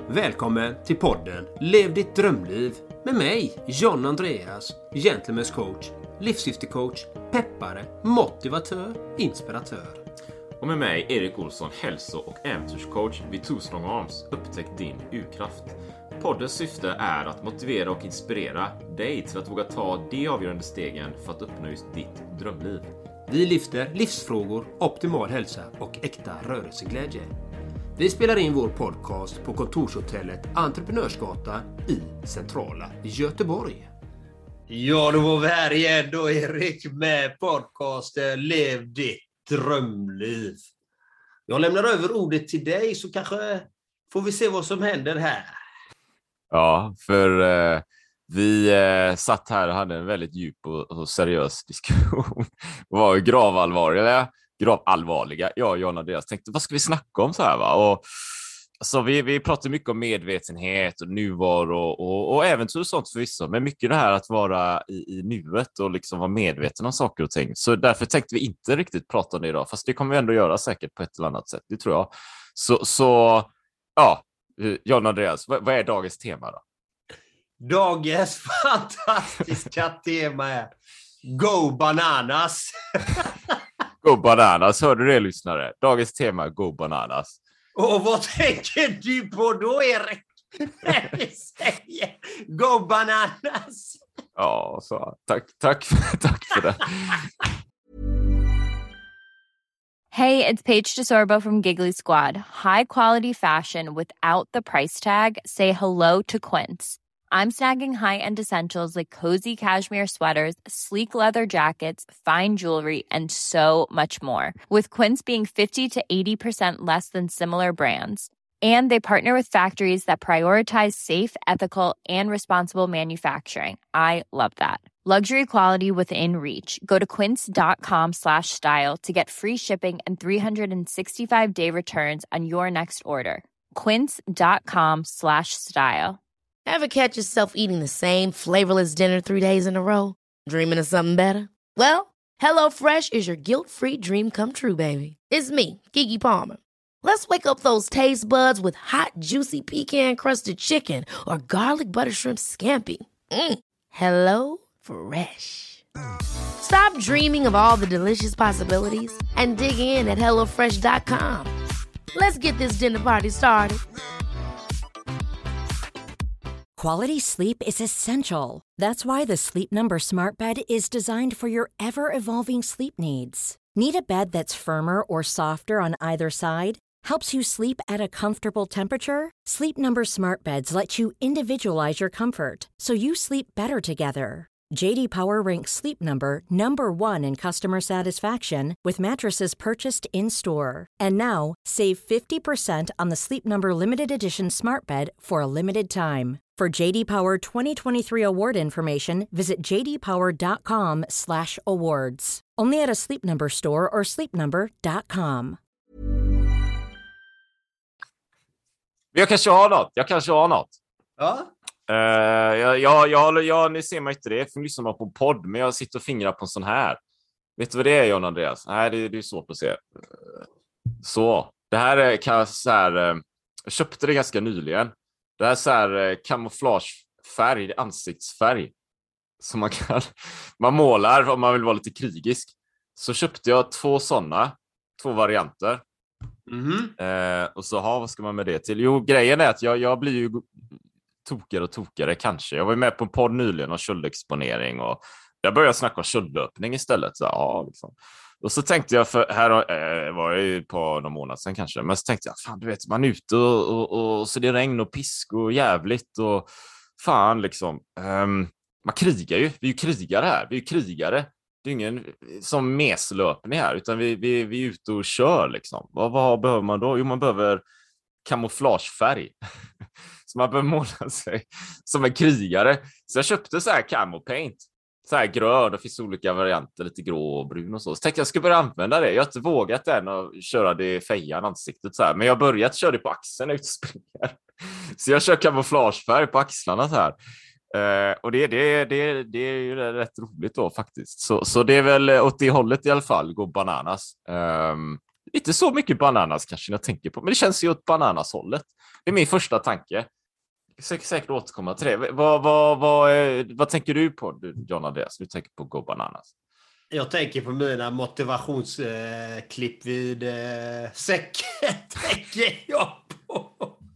Välkommen till podden Lev ditt drömliv med mig, John Andreas, gentleman's coach, livssyftecoach, peppare, motivatör, inspiratör. Och med mig, Erik Olsson, hälso- och äventyrscoach vid Two Strong Arms. Upptäck din urkraft. Poddens syfte är att motivera och inspirera dig till att våga ta de avgörande stegen för att uppnå just ditt drömliv. Vi lyfter livsfrågor, optimal hälsa och äkta rörelseglädje. Vi spelar in vår podcast på kontorshotellet Entreprenörsgatan i centrala Göteborg. Ja, då var vi här igen då, Erik, med podcasten Lev ditt drömliv. Jag lämnar över ordet till dig så kanske får vi se vad som händer här. Ja, för vi satt här och hade en väldigt djup och seriös diskussion. Det var gravallvarliga. Jag och John och Andreas tänkte, vad ska vi snacka om så här, va? Och så vi pratar mycket om medvetenhet och nuvaro och äventyr och sånt förvisso. Men mycket det här att vara i nuet och liksom vara medveten om saker och ting. Så därför tänkte vi inte riktigt prata om det idag. Fast det kommer vi ändå göra säkert på ett eller annat sätt, det tror jag. Så ja, John och Andreas, vad är dagens tema då? Dagens fantastiska tema är Go Bananas. Go Bananas, hörde du det, lyssnare? Dagens tema är Go Bananas. Och vad tänker du på då, Erik? När vi säger Go Bananas. Ja, så tack för det. Hey, it's Paige DeSorbo from Giggly Squad. High quality fashion without the price tag. Say hello to Quince. I'm snagging high-end essentials like cozy cashmere sweaters, sleek leather jackets, fine jewelry, and so much more. With Quince being 50 to 80% less than similar brands. And they partner with factories that prioritize safe, ethical, and responsible manufacturing. I love that. Luxury quality within reach. Go to quince.com/style to get free shipping and 365-day returns on your next order. Quince.com/style. Ever catch yourself eating the same flavorless dinner 3 days in a row? Dreaming of something better? Well, HelloFresh is your guilt-free dream come true, baby. It's me, Keke Palmer. Let's wake up those taste buds with hot, juicy pecan-crusted chicken or garlic butter shrimp scampi. Hello Fresh. Stop dreaming of all the delicious possibilities and dig in at HelloFresh.com. Let's get this dinner party started. Quality sleep is essential. That's why the Sleep Number Smart Bed is designed for your ever-evolving sleep needs. Need a bed that's firmer or softer on either side? Helps you sleep at a comfortable temperature? Sleep Number Smart Beds let you individualize your comfort, so you sleep better together. JD Power ranks Sleep Number #1 in customer satisfaction with mattresses purchased in-store. And now, save 50% on the Sleep Number Limited Edition Smart Bed for a limited time. For JD Power 2023 award information, visit jdpower.com/awards. Only at a Sleep Number store or sleepnumber.com. Jag kanske har något. Ja. Ni ser mig inte det, för lyssnar man på en podd, men jag sitter och fingrar på en sån här. Vet du vad det är, John Andreas? Nej, det är svårt att se. Så, det här är så här, jag köpte det ganska nyligen. Det här är så här kamouflagefärg, ansiktsfärg som man målar om man vill vara lite krigisk. Så köpte jag 2 varianter. Och så vad ska man med det till? Jo, grejen är att jag blir ju tokigare kanske. Jag var ju med på en podd nyligen om köldexponering och jag började snacka om köldlöpning istället. Så, ja, liksom. Och så tänkte jag, för här var jag ju på någon månad sedan kanske, men så tänkte jag, fan du vet, man är ute och så det är regn och pisk och jävligt och fan liksom. Man krigar ju, vi är ju krigare här, Det är ingen som meslöpning här, utan vi är ute och kör liksom. Vad behöver man då? Jo, man behöver kamouflagefärg. Så man behöver måla sig som en krigare. Så jag köpte så här camo paint. Så här grön, det finns olika varianter, lite grå och brun och så. Så tänkte jag skulle börja använda det. Jag har inte vågat än att köra det i fejan ansiktet så här. Men jag har börjat köra det på axeln ut och springer. Så jag kör kamouflagefärg på axlarna så här. Och det är ju rätt roligt då faktiskt. Så det är väl åt det hållet i alla fall, gå bananas. Inte så mycket bananas kanske jag tänker på, men det känns ju åt bananashållet. Det är min första tanke. Jag ska säkert återkomma till det. Vad tänker du på, John Andreas? Du tänker på Go Bananas. Jag tänker på mina motivationsklipp vid säcken. Tänker jag på.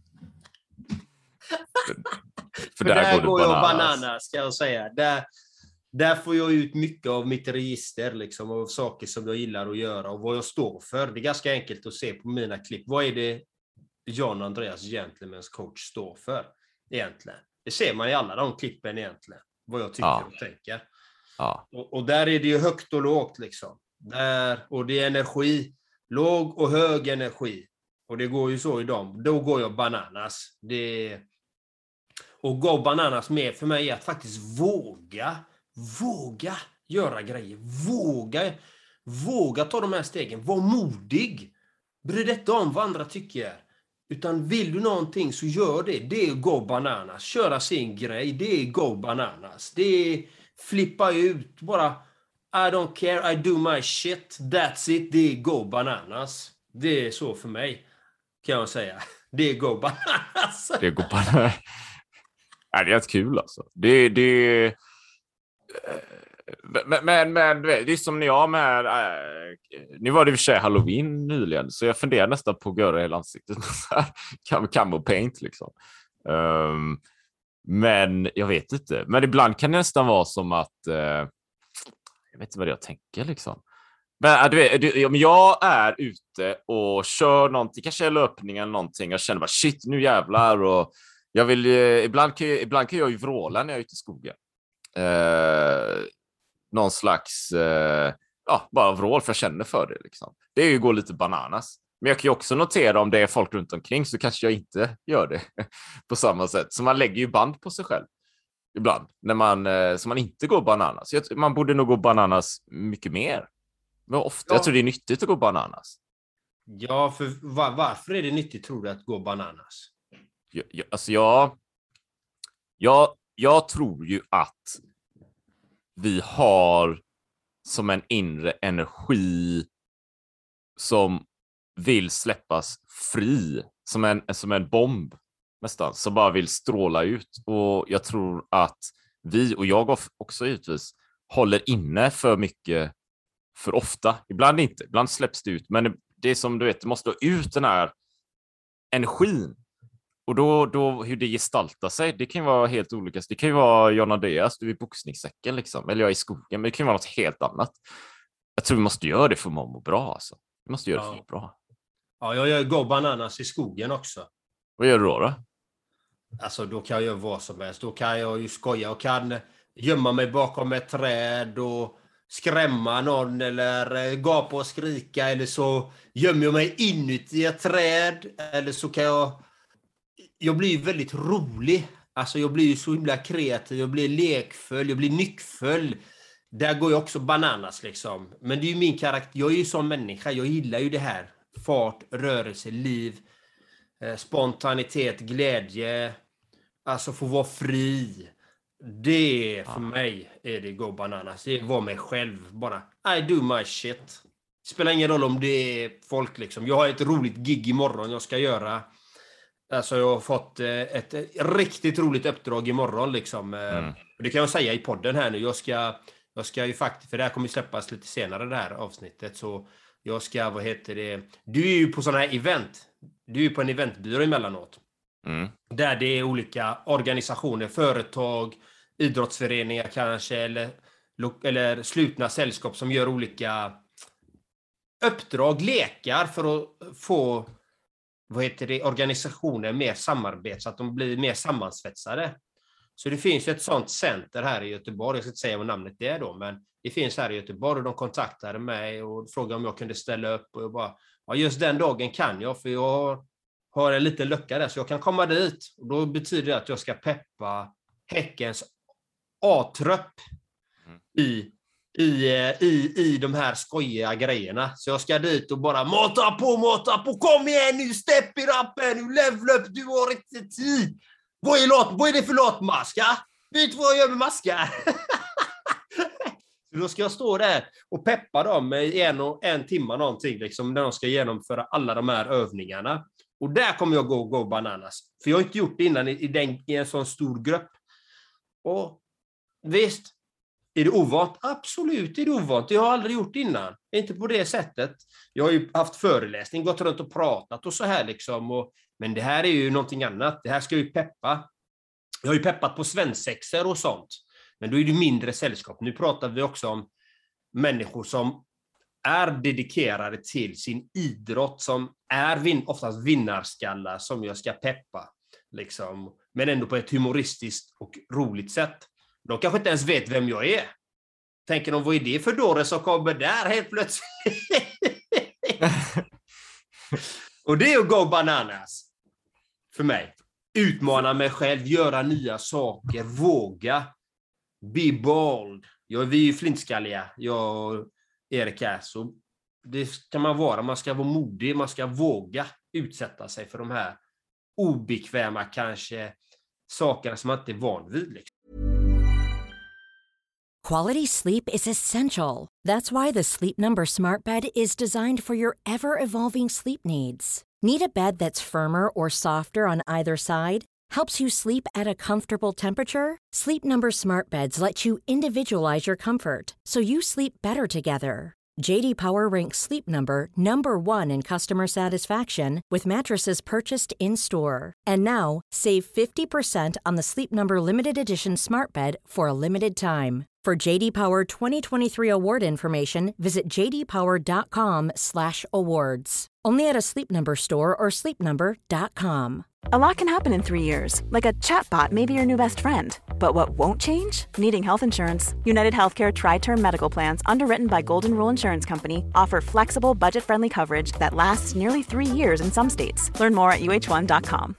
För där går jag bananas, ska jag säga. Där får jag ut mycket av mitt register liksom, av saker som jag gillar att göra och vad jag står för. Det är ganska enkelt att se på mina klipp. Vad är det John Andreas Gentlemen's coach står för egentligen? Det ser man i alla de klippen egentligen. Vad jag tycker och tänker. Ja. Och där är det ju högt och lågt liksom. Och det är energi. Låg och hög energi. Och det går ju så i dem. Då går jag bananas. Och Go Bananas med för mig är att faktiskt våga göra grejer. Våga ta de här stegen. Var modig. Bry dig inte om vad andra tycker. Utan vill du någonting så gör det. Det är Go Bananas. Köra sin grej. Det är Go Bananas. Det är flippa ut. Bara I don't care. I do my shit. That's it. Det är Go Bananas. Det är så för mig. Kan jag säga. Det är Go Bananas. Det är Go Bananas. Det är rätt kul alltså. Men det är som när jag med nu var det i och för sig Halloween nyligen, så jag funderar nästan på att göra hela ansiktet camo paint liksom. Men jag vet inte. Men ibland kan det nästan vara som att jag vet inte vad jag tänker liksom. Men om jag är ute och kör någonting, kanske löpning eller någonting, och känner bara shit, nu jävlar, och jag vill ibland kan jag ju vråla när jag är ute i skogen. Någon slags bara vrål, för jag känner för det liksom. Det är ju gå lite bananas. Men jag kan ju också notera om det är folk runt omkring, så kanske jag inte gör det på samma sätt. Så man lägger ju band på sig själv ibland när så man inte går bananas. Man borde nog gå bananas mycket mer. Men ofta, jag tror det är nyttigt att gå bananas. Ja, för varför är det nyttigt, tror du, att gå bananas? Jag tror ju att vi har som en inre energi som vill släppas fri, som en bomb nästan, som bara vill stråla ut. Och jag tror att vi, och jag också givetvis, håller inne för mycket för ofta. Ibland inte, ibland släpps det ut, men det är som du vet, det måste ha ut den här energin. Och då hur det gestaltar sig, det kan ju vara helt olika. Det kan ju vara John Andreas, du är i boxningssäcken liksom, eller jag är i skogen, men det kan ju vara något helt annat. Jag tror vi måste göra det för att må bra alltså. Vi måste göra det för att må bra. Ja, jag gör Go Bananas i skogen också. Vad gör du då? Alltså då kan jag göra vad som helst. Då kan jag ju skoja och kan gömma mig bakom ett träd och skrämma någon eller gapa och skrika, eller så gömmer jag mig inuti ett träd, eller så kan jag blir väldigt rolig. Alltså jag blir så himla kreativ, jag blir lekfull, jag blir nyckfull. Där går jag också bananas liksom. Men det är ju min karaktär, jag är ju som människa, jag gillar ju det här. Fart, rörelse, liv, spontanitet, glädje. Alltså få vara fri. Det för mig är det Go Bananas. Det är vara mig själv. Bara I do my shit. Spelar ingen roll om det är folk liksom. Jag har ett roligt gig imorgon jag ska göra. Alltså jag har fått ett riktigt roligt uppdrag imorgon liksom. Det kan jag säga i podden här nu. Jag ska ju faktiskt, för det här kommer släppas lite senare det här avsnittet, så jag ska, du är ju på sådana här event. Du är ju på en eventbyrå emellanåt. Där det är olika organisationer, företag, idrottsföreningar kanske, eller slutna sällskap som gör olika uppdrag, lekar för att få organisationer mer samarbete, så att de blir mer sammansvetsade. Så det finns ett sånt center här i Göteborg, jag ska inte säga vad namnet är då, men det finns här i Göteborg, och de kontaktade mig och frågade om jag kunde ställa upp, och jag bara, ja just den dagen kan jag, för jag har en liten lucka där, så jag kan komma dit, och då betyder det att jag ska peppa Häckens A-trupp i de här skojiga grejerna. Så jag ska dit och bara mata på, kom igen nu, step it up här nu, level up, du har inte tid. Vad är det för latmaska? Vet du vad jag gör med maskar? Då ska jag stå där och peppa dem i en timme någonting, liksom, när de ska genomföra alla de här övningarna. Och där kommer jag gå bananas. För jag har inte gjort det innan i en sån stor grupp. Och visst, är det ovant? Absolut är det ovant. Jag har aldrig gjort det innan. Inte på det sättet. Jag har ju haft föreläsning, gått runt och pratat och så här liksom. Men det här är ju någonting annat. Det här ska ju peppa. Jag har ju peppat på svensexer och sånt. Men då är det mindre sällskap. Nu pratar vi också om människor som är dedikerade till sin idrott, som är oftast vinnarskallar som jag ska peppa. Liksom. Men ändå på ett humoristiskt och roligt sätt. De kanske inte ens vet vem jag är. Tänker de, vad är det för dåre som kommer där helt plötsligt? Och det är att gå bananas. För mig. Utmana mig själv, göra nya saker, våga. Be bold. Vi är ju flintskalliga, jag och Erik här. Så det ska man vara. Man ska vara modig, man ska våga utsätta sig för de här obekväma kanske sakerna som man inte är van vid. Liksom. Quality sleep is essential. That's why the Sleep Number Smart Bed is designed for your ever-evolving sleep needs. Need a bed that's firmer or softer on either side? Helps you sleep at a comfortable temperature? Sleep Number Smart Beds let you individualize your comfort, so you sleep better together. JD Power ranks Sleep Number #1 in customer satisfaction with mattresses purchased in-store. And now, save 50% on the Sleep Number Limited Edition Smart Bed for a limited time. For JD Power 2023 award information, visit jdpower.com/awards. Only at a Sleep Number store or sleepnumber.com. A lot can happen in 3 years, like a chatbot may be your new best friend. But what won't change? Needing health insurance. United Healthcare Tri-Term Medical Plans, underwritten by Golden Rule Insurance Company, offer flexible, budget-friendly coverage that lasts nearly 3 years in some states. Learn more at uh1.com.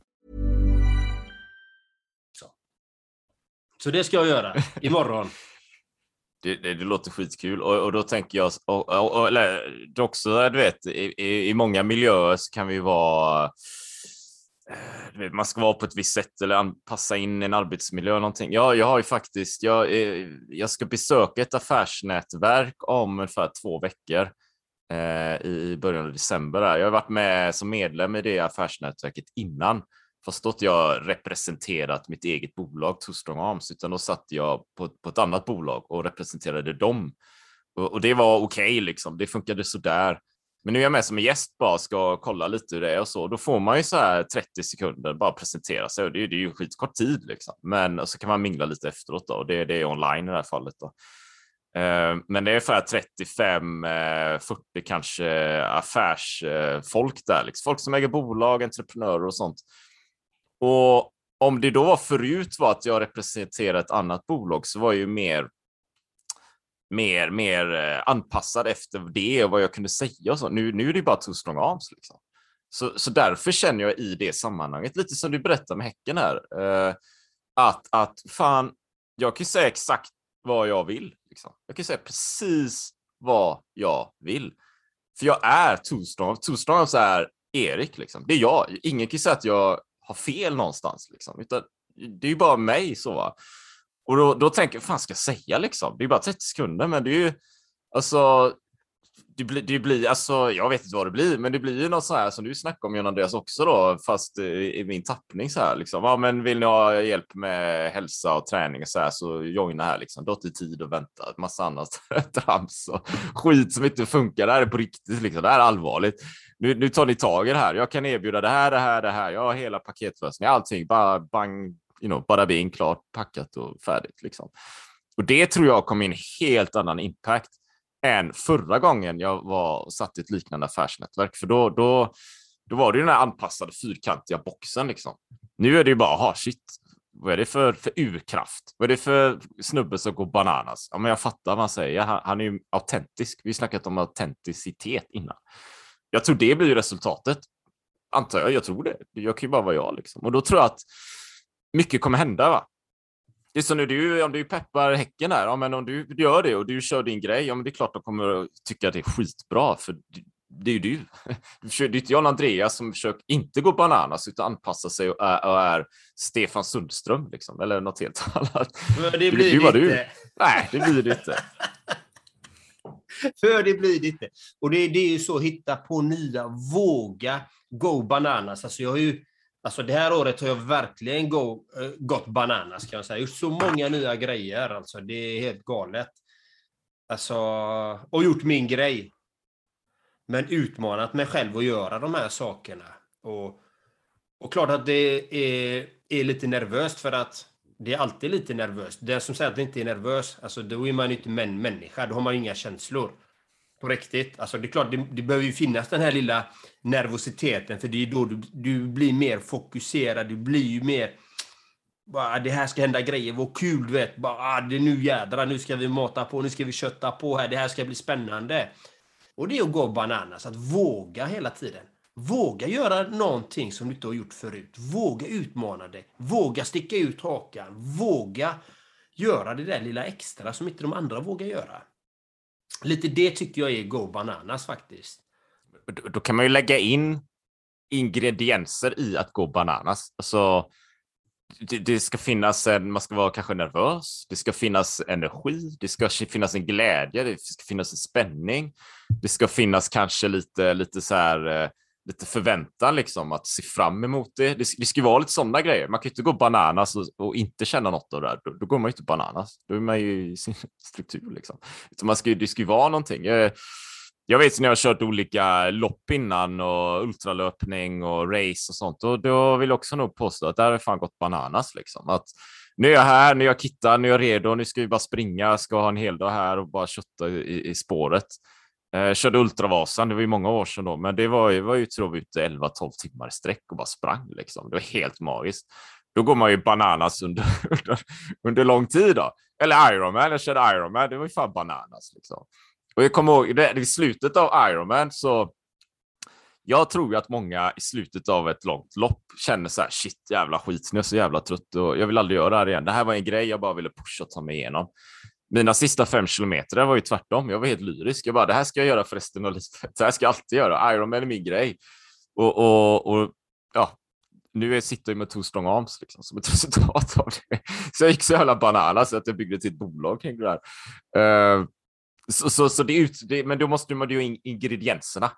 Så det ska jag göra imorgon. Det låter skitkul. Och då tänker jag, eller också, du vet, i många miljöer så kan vi vara... Man ska vara på ett visst sätt eller passa in en arbetsmiljö eller någonting. Jag har ju faktiskt, jag ska besöka ett affärsnätverk om ungefär 2 veckor i början av december. Jag har varit med som medlem i det affärsnätverket innan. Fast då jag representerat mitt eget bolag, Too Strong Arms, utan då satt jag på ett annat bolag och representerade dem. Och det var okej, liksom. Det funkade sådär. Men nu är jag med som en gäst, bara ska kolla lite hur det är och så. Då får man ju så här 30 sekunder bara presentera sig. Och det är ju skitkort tid liksom. Men så kan man mingla lite efteråt då. Och det är online i det här fallet då. Men det är ungefär 35-40 kanske affärsfolk där. Liksom. Folk som äger bolag, entreprenörer och sånt. Och om det då var förut var att jag representerade ett annat bolag, så var jag ju mer anpassad efter det och vad jag kunde säga och så. Nu är det bara Too Strong Arms liksom. Så därför känner jag i det sammanhanget, lite som du berättar med Häcken här, att fan, jag kan säga exakt vad jag vill liksom. Jag kan säga precis vad jag vill. För jag är Too Strong Arms. Too Strong Arms är Erik liksom. Det är jag. Ingen kan säga att jag har fel någonstans liksom. Utan det är ju bara mig så, va. Och då tänker jag, fan ska jag säga liksom? Det är bara 30 sekunder, men det är ju, alltså, det blir, alltså, jag vet inte vad det blir, men det blir ju något så här som du snackar om, John Andreas, också då, fast i min tappning så här liksom. Ja, men vill ni ha hjälp med hälsa och träning och så här, så joina här liksom. Då till tid och vänta, ett massa annat trams och skit som inte funkar. Det här är på riktigt liksom, det här är allvarligt. Nu tar ni tag i det här. Jag kan erbjuda det här. Jag har hela paketlösningen, allting, bara bang, bara bli klart, packat och färdigt liksom. Och det tror jag kom in helt annan impact än förra gången jag satt i ett liknande affärsnätverk. För då var det ju den här anpassade fyrkantiga boxen liksom. Nu är det ju bara, shit, vad är det för urkraft? Vad är det för snubbe som går bananas? Ja, men jag fattar vad man säger. Han är ju autentisk. Vi har snackat om autenticitet innan. Jag tror det blir ju resultatet. Antar jag tror det. Jag kan ju bara vara jag liksom. Och då tror jag att mycket kommer hända, va? Det är så nu, om du peppar Häcken här, ja, men om du gör det och du kör din grej, ja, men det är klart de kommer att tycka att det är skitbra, för det är ju du. Det är inte John Andreas som försöker inte gå bananas utan anpassa sig och är Stefan Sundström liksom, eller något helt annat. Men det blir det inte. Nej, det blir det inte. För det blir det inte. Och det är ju så, hitta på nya, våga, go bananas. Alltså det här året har jag verkligen gått bananas, kan jag säga. Just så många nya grejer, alltså det är helt galet. Alltså, och gjort min grej. Men utmanat mig själv att göra de här sakerna. Och klart att det är lite nervöst, för att det är alltid lite nervöst. Den som säger att det inte är nervös, alltså då är man inte människa, då har man inga känslor. På riktigt. Alltså det är klart, det behöver ju finnas den här lilla nervositeten, för det är då du blir mer fokuserad, du blir ju mer bara, det här ska hända grejer, vad kul, du vet, bara, det är nu jädrar, nu ska vi mata på, nu ska vi kötta på här, det här ska bli spännande. Och det är att gå bananas, att våga hela tiden. Våga göra någonting som du inte har gjort förut. Våga utmana dig. Våga sticka ut hakan. Våga göra det där lilla extra som inte de andra vågar göra. Lite det tycker jag är go bananas faktiskt. Då kan man ju lägga in ingredienser i att gå bananas. Alltså, det ska finnas man ska vara kanske nervös. Det ska finnas energi. Det ska finnas en glädje. Det ska finnas en spänning. Det ska finnas kanske lite så här... lite förväntan liksom, att se fram emot det. Det ska ju vara lite sådana grejer. Man kan ju inte gå bananas och inte känna något av det där. Då går man ju inte bananas. Då är man ju i sin struktur liksom. Det ska ju vara någonting. Jag vet när jag har kört olika lopp innan och ultralöpning och race och sånt. Och då vill jag också nog påstå att där har fan gått bananas liksom. Att nu är jag här, nu är jag kittar, nu är jag redo. Nu ska vi bara springa, ska ha en hel dag här och bara kötta i spåret. Körde Ultravasan, det var ju många år sedan då, men det var ju tror vi ute 11-12 timmar i sträck och bara sprang liksom. Det var helt magiskt. Då går man ju bananas under lång tid då. Eller Ironman, jag körde Ironman, det var ju fan bananas liksom. Och jag kommer ihåg, det i slutet av Ironman så jag tror ju att många i slutet av ett långt lopp känner så här, shit jävla skit, nu är jag så jävla trött och jag vill aldrig göra det här igen. Det här var en grej jag bara ville pusha och ta mig igenom. Mina sista 5 kilometer var ju tvärtom. Jag var helt lyrisk. Jag bara, det här ska jag göra för resten av livet. Det här ska jag alltid göra. Ironman är min grej. Och ja, nu sitter jag med 2 strong arms liksom, som ett resultat av det. Så jag gick så jävla banala så att jag byggde till ett bolag kring det där. Så men då måste man ju in ingredienserna.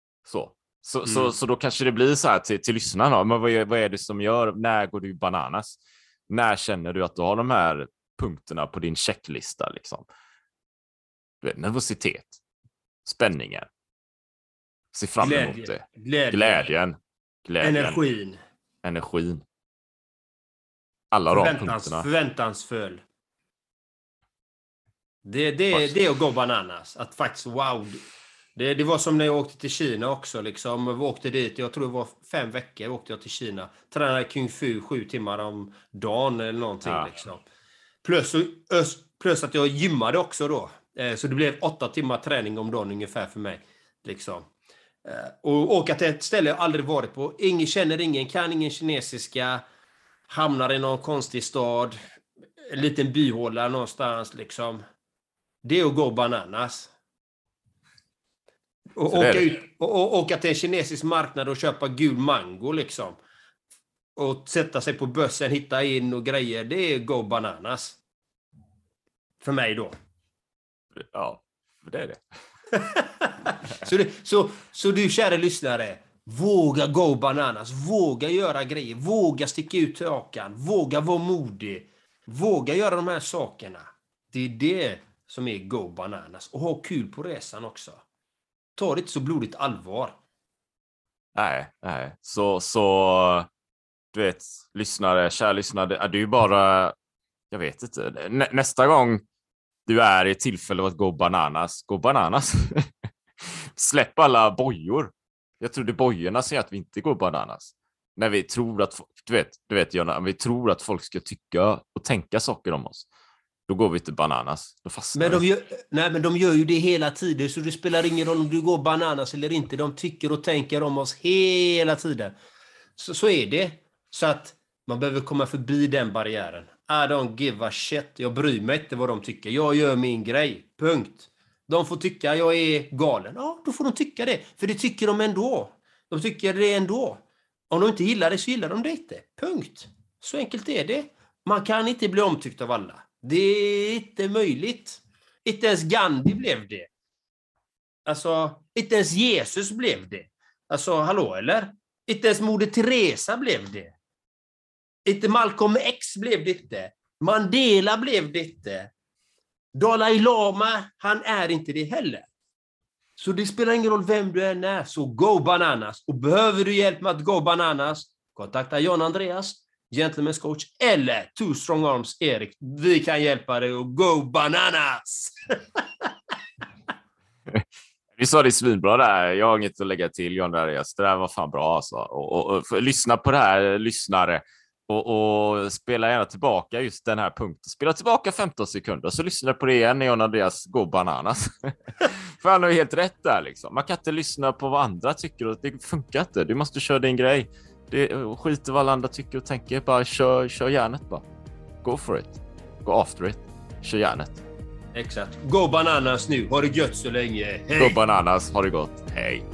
Så då kanske det blir så här till lyssnarna. Men vad är det som gör? När går du bananas? När känner du att du har de här punkterna på din checklista liksom? Du vet, nervositet, spänningen, se fram emot det, glädjen, energin, alla de punkterna. Förväntansfull. Det är att gå bananas, att faktiskt wow. Det var som när jag åkte till Kina också liksom. Vi åkte dit, jag tror det var 5 veckor åkte jag till Kina. Tränade kung fu 7 timmar om dagen eller någonting liksom. Plus att jag gymmade också då. Så det blev 8 timmar träning om dagen ungefär för mig. Liksom. Och åka till ett ställe jag aldrig varit på. Ingen känner ingen, kan ingen kinesiska. Hamnar i någon konstig stad. En liten byhåla någonstans liksom. Det är att gå bananas. Och åka till en kinesisk marknad och köpa gul mango liksom. Och sätta sig på bussen, hitta in och grejer. Det är go bananas. För mig då. Ja, det är det. så du kära lyssnare, våga go bananas. Våga göra grejer. Våga sticka ut hakan. Våga vara modig. Våga göra de här sakerna. Det är det som är go bananas. Och ha kul på resan också. Ta det inte så blodigt allvar. Nej. Så du vet, kära lyssnare, är du bara, jag vet inte, nästa gång du är i tillfälle att gå bananas. Släpp alla bojor. Jag tror det är bojorna som gör att vi inte går bananas. När vi tror att, du vet Jonna, vi tror att folk ska tycka och tänka saker om oss. Då går vi inte bananas. Då fastnar men de gör ju det hela tiden, så det spelar ingen roll om du går bananas eller inte. De tycker och tänker om oss hela tiden. Så är det. Så att man behöver komma förbi den barriären. I don't give a shit. Jag bryr mig inte vad de tycker. Jag gör min grej. Punkt. De får tycka jag är galen. Ja, då får de tycka det. För det tycker de ändå. De tycker det ändå. Om de inte gillar det så gillar de det inte. Punkt. Så enkelt är det. Man kan inte bli omtyckt av alla. Det är inte möjligt. Inte ens Gandhi blev det. Alltså, inte ens Jesus blev det. Alltså, hallå eller? Inte ens Moder Teresa blev det. Inte Malcolm X blev det inte. Mandela blev det inte. Dalai Lama, han är inte det heller. Så det spelar ingen roll vem du än är, så go bananas. Och behöver du hjälp med att go bananas, kontakta John Andreas, Gentleman's coach, eller Two Strong Arms Erik. Vi kan hjälpa dig att go bananas! Vi sa det svinbra där. Jag har inget att lägga till, John Andreas. Det där var fan bra alltså. Och lyssna på det här, lyssnare. Och spela gärna tillbaka just den här punkten. Spela tillbaka 15 sekunder, så lyssna på det igen när John Andreas går bananas. För han har ju helt rätt där liksom. Man kan inte lyssna på vad andra tycker, och det funkar inte. Du måste köra din grej. Skit i vad alla andra tycker och tänker. Bara kör järnet bara. Go for it. Go after it. Kör järnet. Exakt. Go bananas nu. Ha det gött så länge. Hej. Go bananas. Ha det gott. Hej.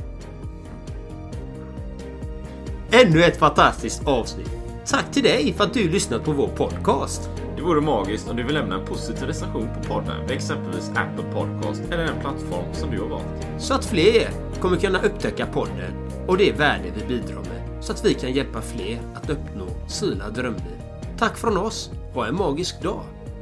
Ännu ett fantastiskt avsnitt. Tack till dig för att du lyssnat på vår podcast. Det vore magiskt om du vill lämna en positiv recension på podden, exempelvis Apple Podcast eller en plattform som du har valt. Så att fler kommer kunna upptäcka podden och det värde vi bidrar med. Så att vi kan hjälpa fler att uppnå sina drömliv. Tack från oss. Ha en magisk dag.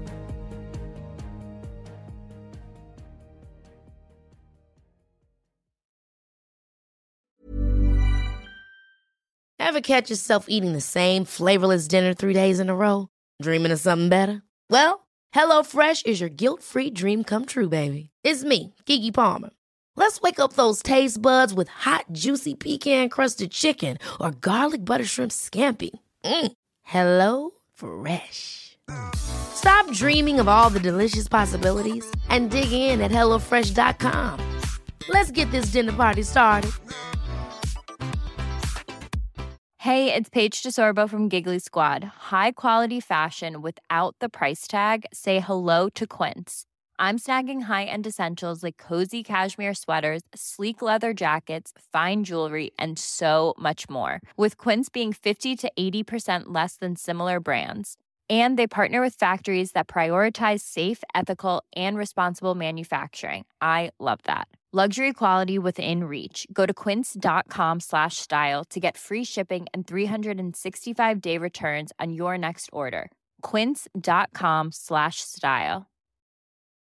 Ever catch yourself eating the same flavorless dinner 3 days in a row? Dreaming of something better? Well, HelloFresh is your guilt-free dream come true, baby. It's me, Keke Palmer. Let's wake up those taste buds with hot, juicy pecan-crusted chicken or garlic butter shrimp scampi. Hello Fresh. Stop dreaming of all the delicious possibilities and dig in at HelloFresh.com. Let's get this dinner party started. Hey, it's Paige DeSorbo from Giggly Squad. High quality fashion without the price tag. Say hello to Quince. I'm snagging high-end essentials like cozy cashmere sweaters, sleek leather jackets, fine jewelry, and so much more. With Quince being 50 to 80% less than similar brands. And they partner with factories that prioritize safe, ethical, and responsible manufacturing. I love that. Luxury quality within reach. Go to quince.com/style to get free shipping and 365-day returns on your next order. Quince.com/style.